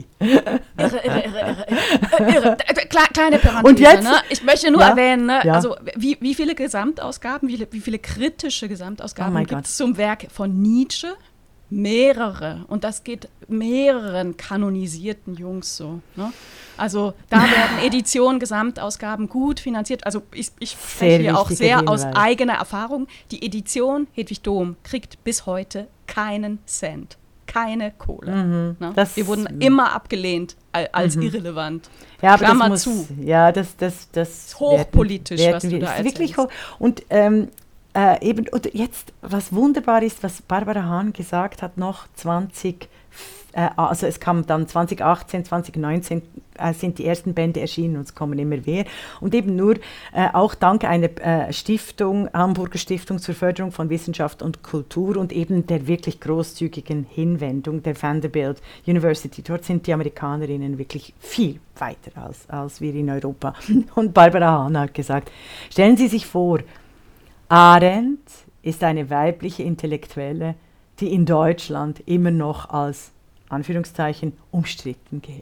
Irre. Kleine Parenthese. Und jetzt, ne? Ich möchte nur erwähnen, ne? Ja. Also wie viele Gesamtausgaben, wie viele kritische Gesamtausgaben gibt es zum Werk von Nietzsche? Mehrere. Und das geht mehreren kanonisierten Jungs so. Ne? Also da werden Editionen, Gesamtausgaben gut finanziert. Also ich spreche hier auch sehr aus eigener Erfahrung. Die Edition Hedwig Thom kriegt bis heute keinen Cent. Keine Kohle. Ne? Wir wurden immer abgelehnt als irrelevant. Ja, aber Klammer das zu. Ja, das ist hochpolitisch, was du da erzählst. Wirklich und eben, und jetzt, was wunderbar ist, was Barbara Hahn gesagt hat, noch also es kam dann 2018, 2019 sind die ersten Bände erschienen und es kommen immer mehr. Und eben nur auch dank einer Stiftung, Hamburger Stiftung zur Förderung von Wissenschaft und Kultur und eben der wirklich großzügigen Hinwendung der Vanderbilt University. Dort sind die Amerikanerinnen wirklich viel weiter als wir in Europa. Und Barbara Hahn hat gesagt, stellen Sie sich vor, Arendt ist eine weibliche Intellektuelle, die in Deutschland immer noch als, Anführungszeichen, umstritten gilt.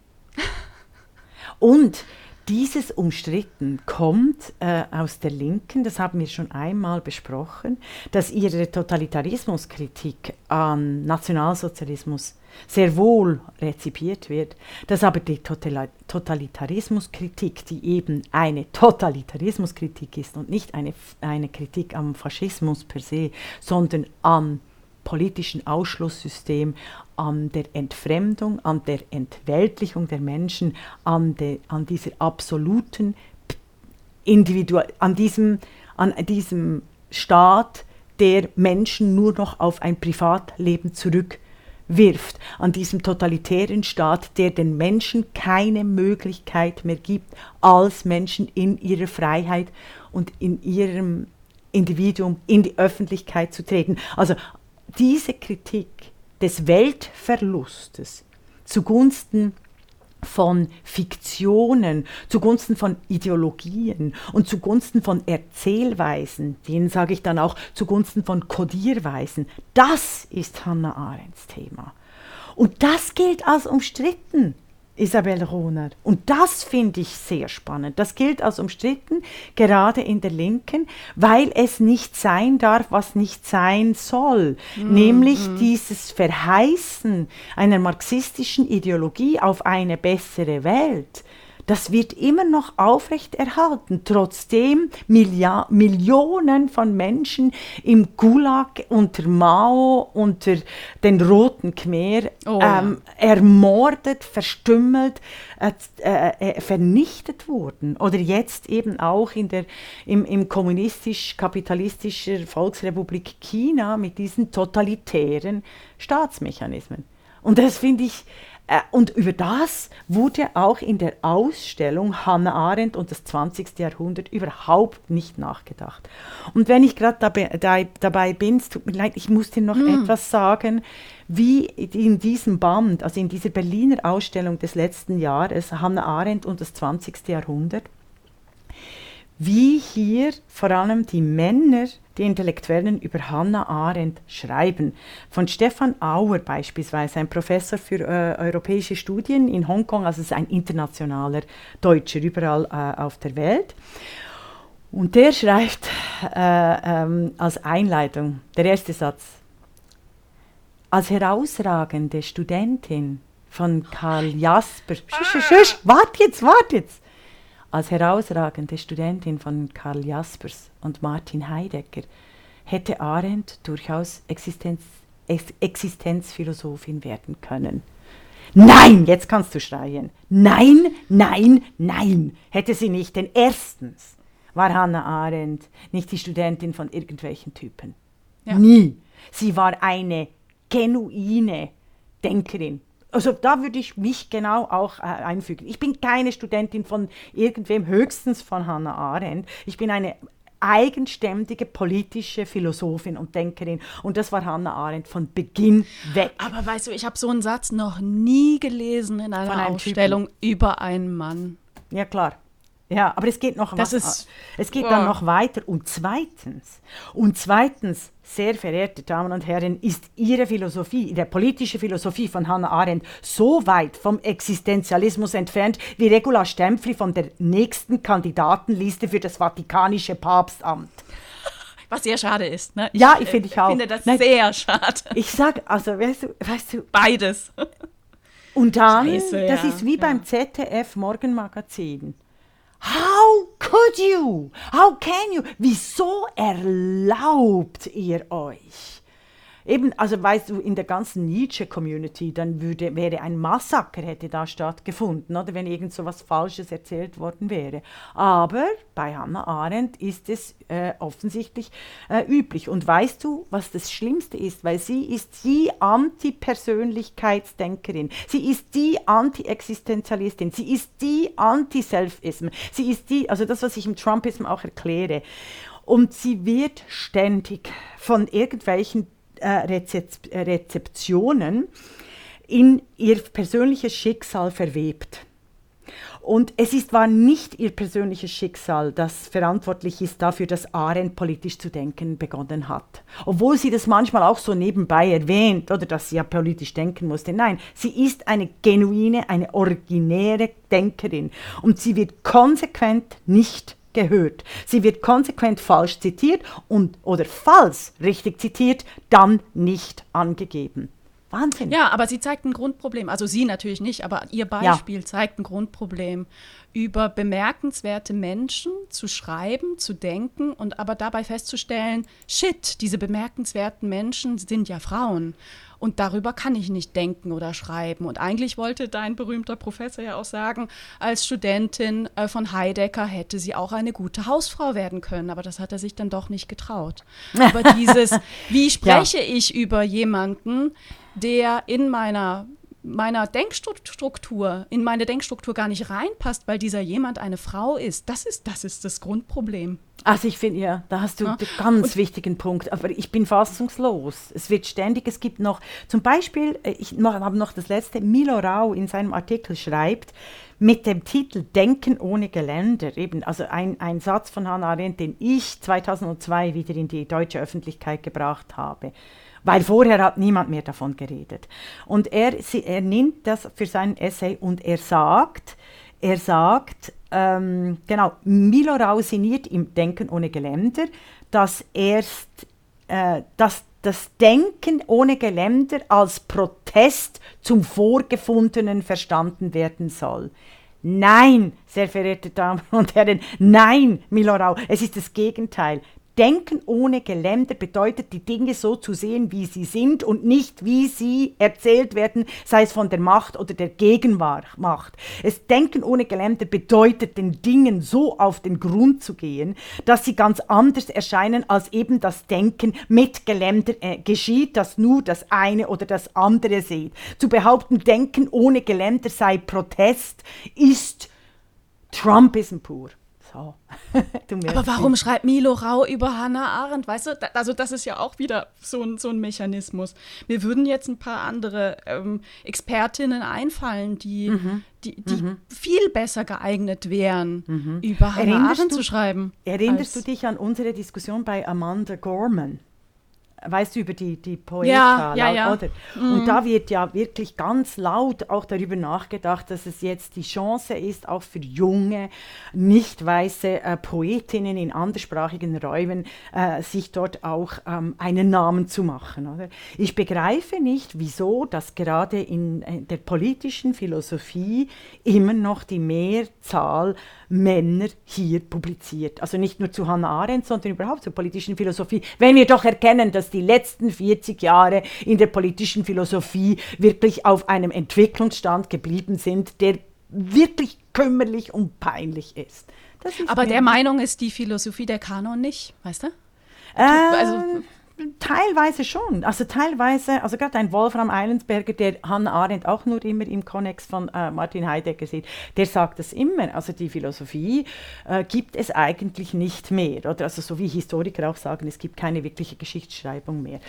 Und dieses Umstritten kommt aus der Linken, das haben wir schon einmal besprochen, dass ihre Totalitarismuskritik an Nationalsozialismus sehr wohl rezipiert wird, dass aber die Totalitarismuskritik, die eben eine Totalitarismuskritik ist und nicht eine Kritik am Faschismus per se, sondern am politischen Ausschlusssystem, an der Entfremdung, an der Entweltlichung der Menschen, an dieser absoluten an diesem Staat, der Menschen nur noch auf ein Privatleben zurückwirft, an diesem totalitären Staat, der den Menschen keine Möglichkeit mehr gibt, als Menschen in ihrer Freiheit und in ihrem Individuum in die Öffentlichkeit zu treten. Also diese Kritik des Weltverlustes zugunsten von Fiktionen, zugunsten von Ideologien und zugunsten von Erzählweisen, denen sage ich dann auch zugunsten von Kodierweisen, das ist Hannah Arendts Thema. Und das gilt als umstritten Isabel Rohner. Und das finde ich sehr spannend. Das gilt als umstritten, gerade in der Linken, weil es nicht sein darf, was nicht sein soll. Nämlich dieses Verheißen einer marxistischen Ideologie auf eine bessere Welt. Das wird immer noch aufrechterhalten, trotzdem Millionen von Menschen im Gulag, unter Mao, unter den Roten Khmer ermordet, verstümmelt, vernichtet wurden. Oder jetzt eben auch im kommunistisch-kapitalistischen Volksrepublik China mit diesen totalitären Staatsmechanismen. Und das finde ich... Und über das wurde auch in der Ausstellung Hannah Arendt und das 20. Jahrhundert überhaupt nicht nachgedacht. Und wenn ich gerade dabei bin, es tut mir leid, ich muss dir noch etwas sagen, wie in diesem Band, also in dieser Berliner Ausstellung des letzten Jahres, Hannah Arendt und das 20. Jahrhundert, wie hier vor allem die Männer, die Intellektuellen über Hannah Arendt schreiben. Von Stefan Auer beispielsweise, ein Professor für europäische Studien in Hongkong, also ist ein internationaler Deutscher überall auf der Welt. Und der schreibt als Einleitung, der erste Satz, als herausragende Studentin von Karl Jasper, wart jetzt! Als herausragende Studentin von Karl Jaspers und Martin Heidegger hätte Arendt durchaus Existenzphilosophin werden können. Nein, jetzt kannst du schreien. Nein, hätte sie nicht. Denn erstens war Hannah Arendt nicht die Studentin von irgendwelchen Typen. Ja. Nie. Sie war eine genuine Denkerin. Also da würde ich mich genau auch einfügen. Ich bin keine Studentin von irgendwem, höchstens von Hannah Arendt. Ich bin eine eigenständige politische Philosophin und Denkerin. Und das war Hannah Arendt von Beginn weg. Aber weißt du, ich habe so einen Satz noch nie gelesen in einer Ausstellung über einen Mann. Ja, klar. Ja, aber es geht noch dann noch weiter. Und zweitens, sehr verehrte Damen und Herren, ist Ihre Philosophie, Ihre politische Philosophie von Hannah Arendt so weit vom Existenzialismus entfernt wie Regula Stempfli von der nächsten Kandidatenliste für das Vatikanische Papstamt. Was sehr schade ist, ne? Ich finde auch. Ich finde das sehr schade. Ich sag, also, weißt du. Beides. Und dann, das ist wie beim ZDF Morgenmagazin. How could you? How can you? Wieso erlaubt ihr euch? Eben, also weißt du, in der ganzen Nietzsche-Community, dann wäre ein Massaker, hätte da stattgefunden, oder wenn irgend so was Falsches erzählt worden wäre. Aber bei Hannah Arendt ist es offensichtlich üblich. Und weißt du, was das Schlimmste ist? Weil sie ist die Anti-Persönlichkeitsdenkerin. Sie ist die Anti-Existenzialistin. Sie ist die Anti-Selfism. Sie ist also das, was ich im Trumpism auch erkläre. Und sie wird ständig von irgendwelchen Rezeptionen in ihr persönliches Schicksal verwebt. Und es war nicht ihr persönliches Schicksal, das verantwortlich ist dafür, dass Arendt politisch zu denken begonnen hat. Obwohl sie das manchmal auch so nebenbei erwähnt, oder dass sie ja politisch denken musste. Nein, sie ist eine genuine, eine originäre Denkerin. Und sie wird konsequent nicht gehört. Sie wird konsequent falsch zitiert oder falls richtig zitiert, dann nicht angegeben. Wahnsinn. Ja, aber sie zeigt ein Grundproblem. Also sie natürlich nicht, aber ihr Beispiel zeigt ein Grundproblem. Über bemerkenswerte Menschen zu schreiben, zu denken und aber dabei festzustellen, shit, diese bemerkenswerten Menschen sind ja Frauen. Und darüber kann ich nicht denken oder schreiben. Und eigentlich wollte dein berühmter Professor ja auch sagen, als Studentin von Heidegger hätte sie auch eine gute Hausfrau werden können. Aber das hat er sich dann doch nicht getraut. Aber wie spreche ich über jemanden, der in meine Denkstruktur gar nicht reinpasst, weil dieser jemand eine Frau ist. Das ist das Grundproblem. Also ich finde, ja, da hast du einen ganz wichtigen Punkt, aber ich bin fassungslos. Es gibt noch, zum Beispiel, ich habe noch das letzte, Milo Rau in seinem Artikel schreibt, mit dem Titel Denken ohne Geländer, eben, also ein Satz von Hannah Arendt, den ich 2002 wieder in die deutsche Öffentlichkeit gebracht habe. weil vorher hat niemand mehr davon geredet. Und er nimmt das für seinen Essay und er sagt, genau, Milo Rau sinniert im Denken ohne Geländer, dass das Denken ohne Geländer als Protest zum Vorgefundenen verstanden werden soll. Nein, sehr verehrte Damen und Herren, nein, Milo Rau, es ist das Gegenteil. Denken ohne Geländer bedeutet, die Dinge so zu sehen, wie sie sind und nicht, wie sie erzählt werden, sei es von der Macht oder der Gegenmacht. Denken ohne Geländer bedeutet, den Dingen so auf den Grund zu gehen, dass sie ganz anders erscheinen, als eben das Denken mit Geländer geschieht, das nur das eine oder das andere sieht. Zu behaupten, Denken ohne Geländer sei Protest, ist Trumpism pur. So. Aber warum schreibt Milo Rau über Hannah Arendt? Weißt du, also das ist ja auch wieder so ein Mechanismus. Mir würden jetzt ein paar andere Expertinnen einfallen, die viel besser geeignet wären, über Hannah Arendt zu schreiben. Erinnerst du dich an unsere Diskussion bei Amanda Gorman? Weißt du, über die Poetica, ja. Oder? Und da wird ja wirklich ganz laut auch darüber nachgedacht, dass es jetzt die Chance ist, auch für junge, nicht weiße Poetinnen in anderssprachigen Räumen, sich dort auch einen Namen zu machen. Oder? Ich begreife nicht, wieso das gerade in der politischen Philosophie immer noch die Mehrzahl Männer hier publiziert. Also nicht nur zu Hannah Arendt, sondern überhaupt zur politischen Philosophie. Wenn wir doch erkennen, dass die letzten 40 Jahre in der politischen Philosophie wirklich auf einem Entwicklungsstand geblieben sind, der wirklich kümmerlich und peinlich ist. Aber der Meinung ist die Philosophie der Kanon nicht, weißt du? Teilweise schon. Also gerade ein Wolfram Eilensberger, der Hannah Arendt auch nur immer im Konnex von Martin Heidegger sieht, der sagt das immer. Also die Philosophie gibt es eigentlich nicht mehr. Oder also so wie Historiker auch sagen, es gibt keine wirkliche Geschichtsschreibung mehr.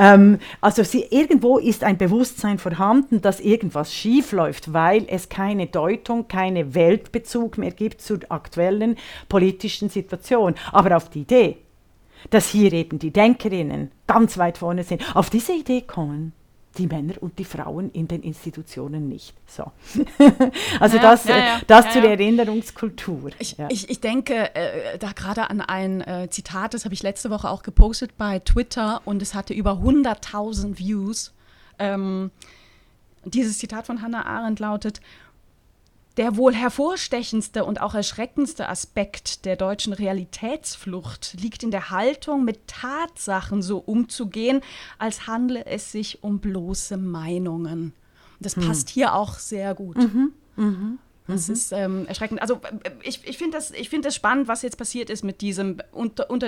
Irgendwo ist ein Bewusstsein vorhanden, dass irgendwas schief läuft, weil es keine Deutung, keine Weltbezug mehr gibt zur aktuellen politischen Situation. Aber auf die Idee, dass hier eben die Denkerinnen ganz weit vorne sind. Auf diese Idee kommen die Männer und die Frauen in den Institutionen nicht. So. Also das zur Erinnerungskultur. Ich denke da gerade an ein Zitat, das habe ich letzte Woche auch gepostet bei Twitter und es hatte über 100.000 Views. Dieses Zitat von Hannah Arendt lautet: Der wohl hervorstechendste und auch erschreckendste Aspekt der deutschen Realitätsflucht liegt in der Haltung, mit Tatsachen so umzugehen, als handle es sich um bloße Meinungen. Und das passt hier auch sehr gut. Das ist erschreckend. Also ich finde das spannend, was jetzt passiert ist mit diesem unter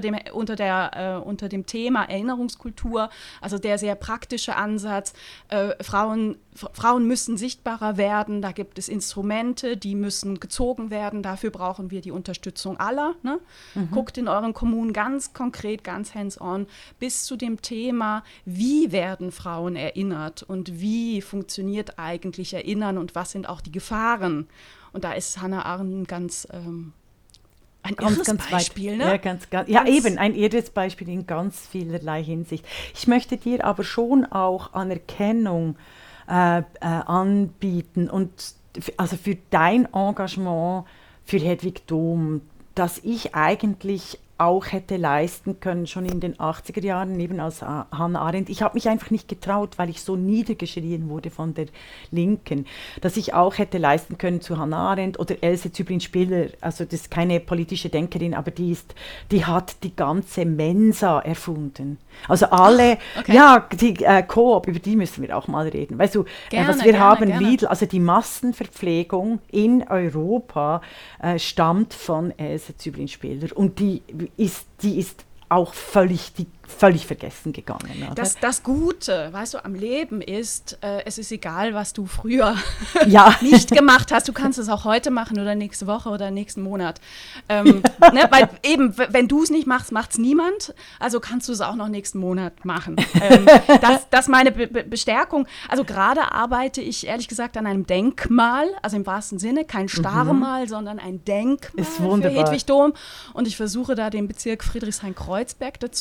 dem Thema Erinnerungskultur, also der sehr praktische Ansatz. Frauen müssen sichtbarer werden, da gibt es Instrumente, die müssen gezogen werden, dafür brauchen wir die Unterstützung aller. Ne? Guckt in euren Kommunen ganz konkret, ganz hands-on, bis zu dem Thema, wie werden Frauen erinnert und wie funktioniert eigentlich Erinnern und was sind auch die Gefahren. Und da ist Hannah Arendt ein irres Beispiel, ne? Eben, ein irres Beispiel in ganz vielerlei Hinsicht. Ich möchte dir aber schon auch Anerkennung anbieten und also für dein Engagement für Hedwig Dohm, das ich eigentlich auch hätte leisten können, schon in den 80er Jahren, eben als Hannah Arendt. Ich habe mich einfach nicht getraut, weil ich so niedergeschrien wurde von der Linken, dass ich auch hätte leisten können zu Hannah Arendt oder Else Züblin-Spiller. Also das ist keine politische Denkerin, aber die hat die ganze Mensa erfunden. Also alle, die Coop, über die müssen wir auch mal reden. Weißt du, wir haben Lidl, also die Massenverpflegung in Europa stammt von Else Züblin-Spiller und die ist auch völlig vergessen gegangen. Oder? Das Gute, weißt du, am Leben ist, es ist egal, was du früher nicht gemacht hast. Du kannst es auch heute machen oder nächste Woche oder nächsten Monat. Weil eben, wenn du es nicht machst, macht es niemand. Also kannst du es auch noch nächsten Monat machen. Das ist meine Bestärkung. Also gerade arbeite ich ehrlich gesagt an einem Denkmal, also im wahrsten Sinne, kein Starrmal, sondern ein Denkmal für Hedwig Dohm. Und ich versuche da den Bezirk Friedrichshain-Kreuzberg dazu zu bekommen.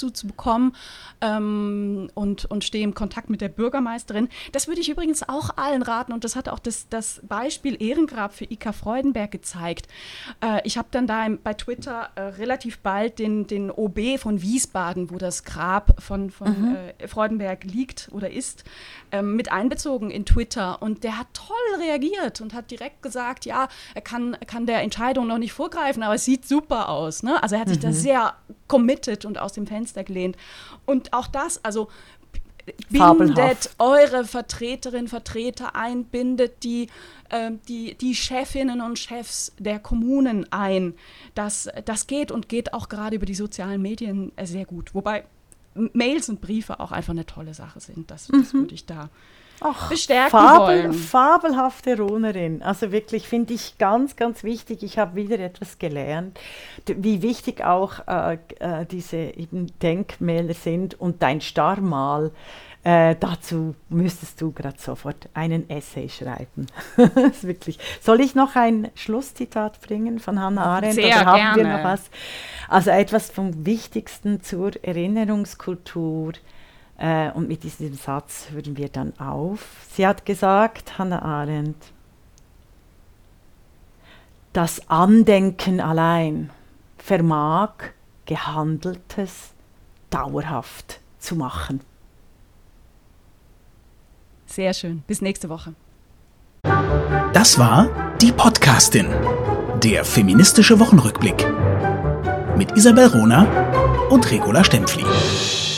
gekommen und stehe im Kontakt mit der Bürgermeisterin. Das würde ich übrigens auch allen raten und das hat auch das Beispiel Ehrengrab für Ika Freudenberg gezeigt. Ich habe dann da bei Twitter relativ bald den OB von Wiesbaden, wo das Grab von Freudenberg liegt oder ist, mit einbezogen in Twitter und der hat toll reagiert und hat direkt gesagt, ja, er kann der Entscheidung noch nicht vorgreifen, aber es sieht super aus. Ne? Also er hat sich da sehr committed und aus dem Fenster gelehnt. Und auch das, also bindet eure Vertreterinnen, Vertreter ein, bindet die Chefinnen und Chefs der Kommunen ein. Das geht und geht auch gerade über die sozialen Medien sehr gut. Wobei Mails und Briefe auch einfach eine tolle Sache sind. Das würde ich da bestärken wollen. Fabelhafte Runnerin. Also wirklich finde ich ganz, ganz wichtig. Ich habe wieder etwas gelernt, wie wichtig auch diese eben Denkmäler sind und dein Starmal. Dazu müsstest du gerade sofort einen Essay schreiben. Das ist wirklich. Soll ich noch ein Schlusszitat bringen von Hannah Arendt? Sehr oder haben gerne. wir noch was? Also etwas vom Wichtigsten zur Erinnerungskultur. Und mit diesem Satz hören wir dann auf. Sie hat gesagt, Hannah Arendt, das Andenken allein vermag Gehandeltes dauerhaft zu machen. Sehr schön. Bis nächste Woche. Das war die Podcastin, der feministische Wochenrückblick mit Isabel Rohner und Regula Stempfli.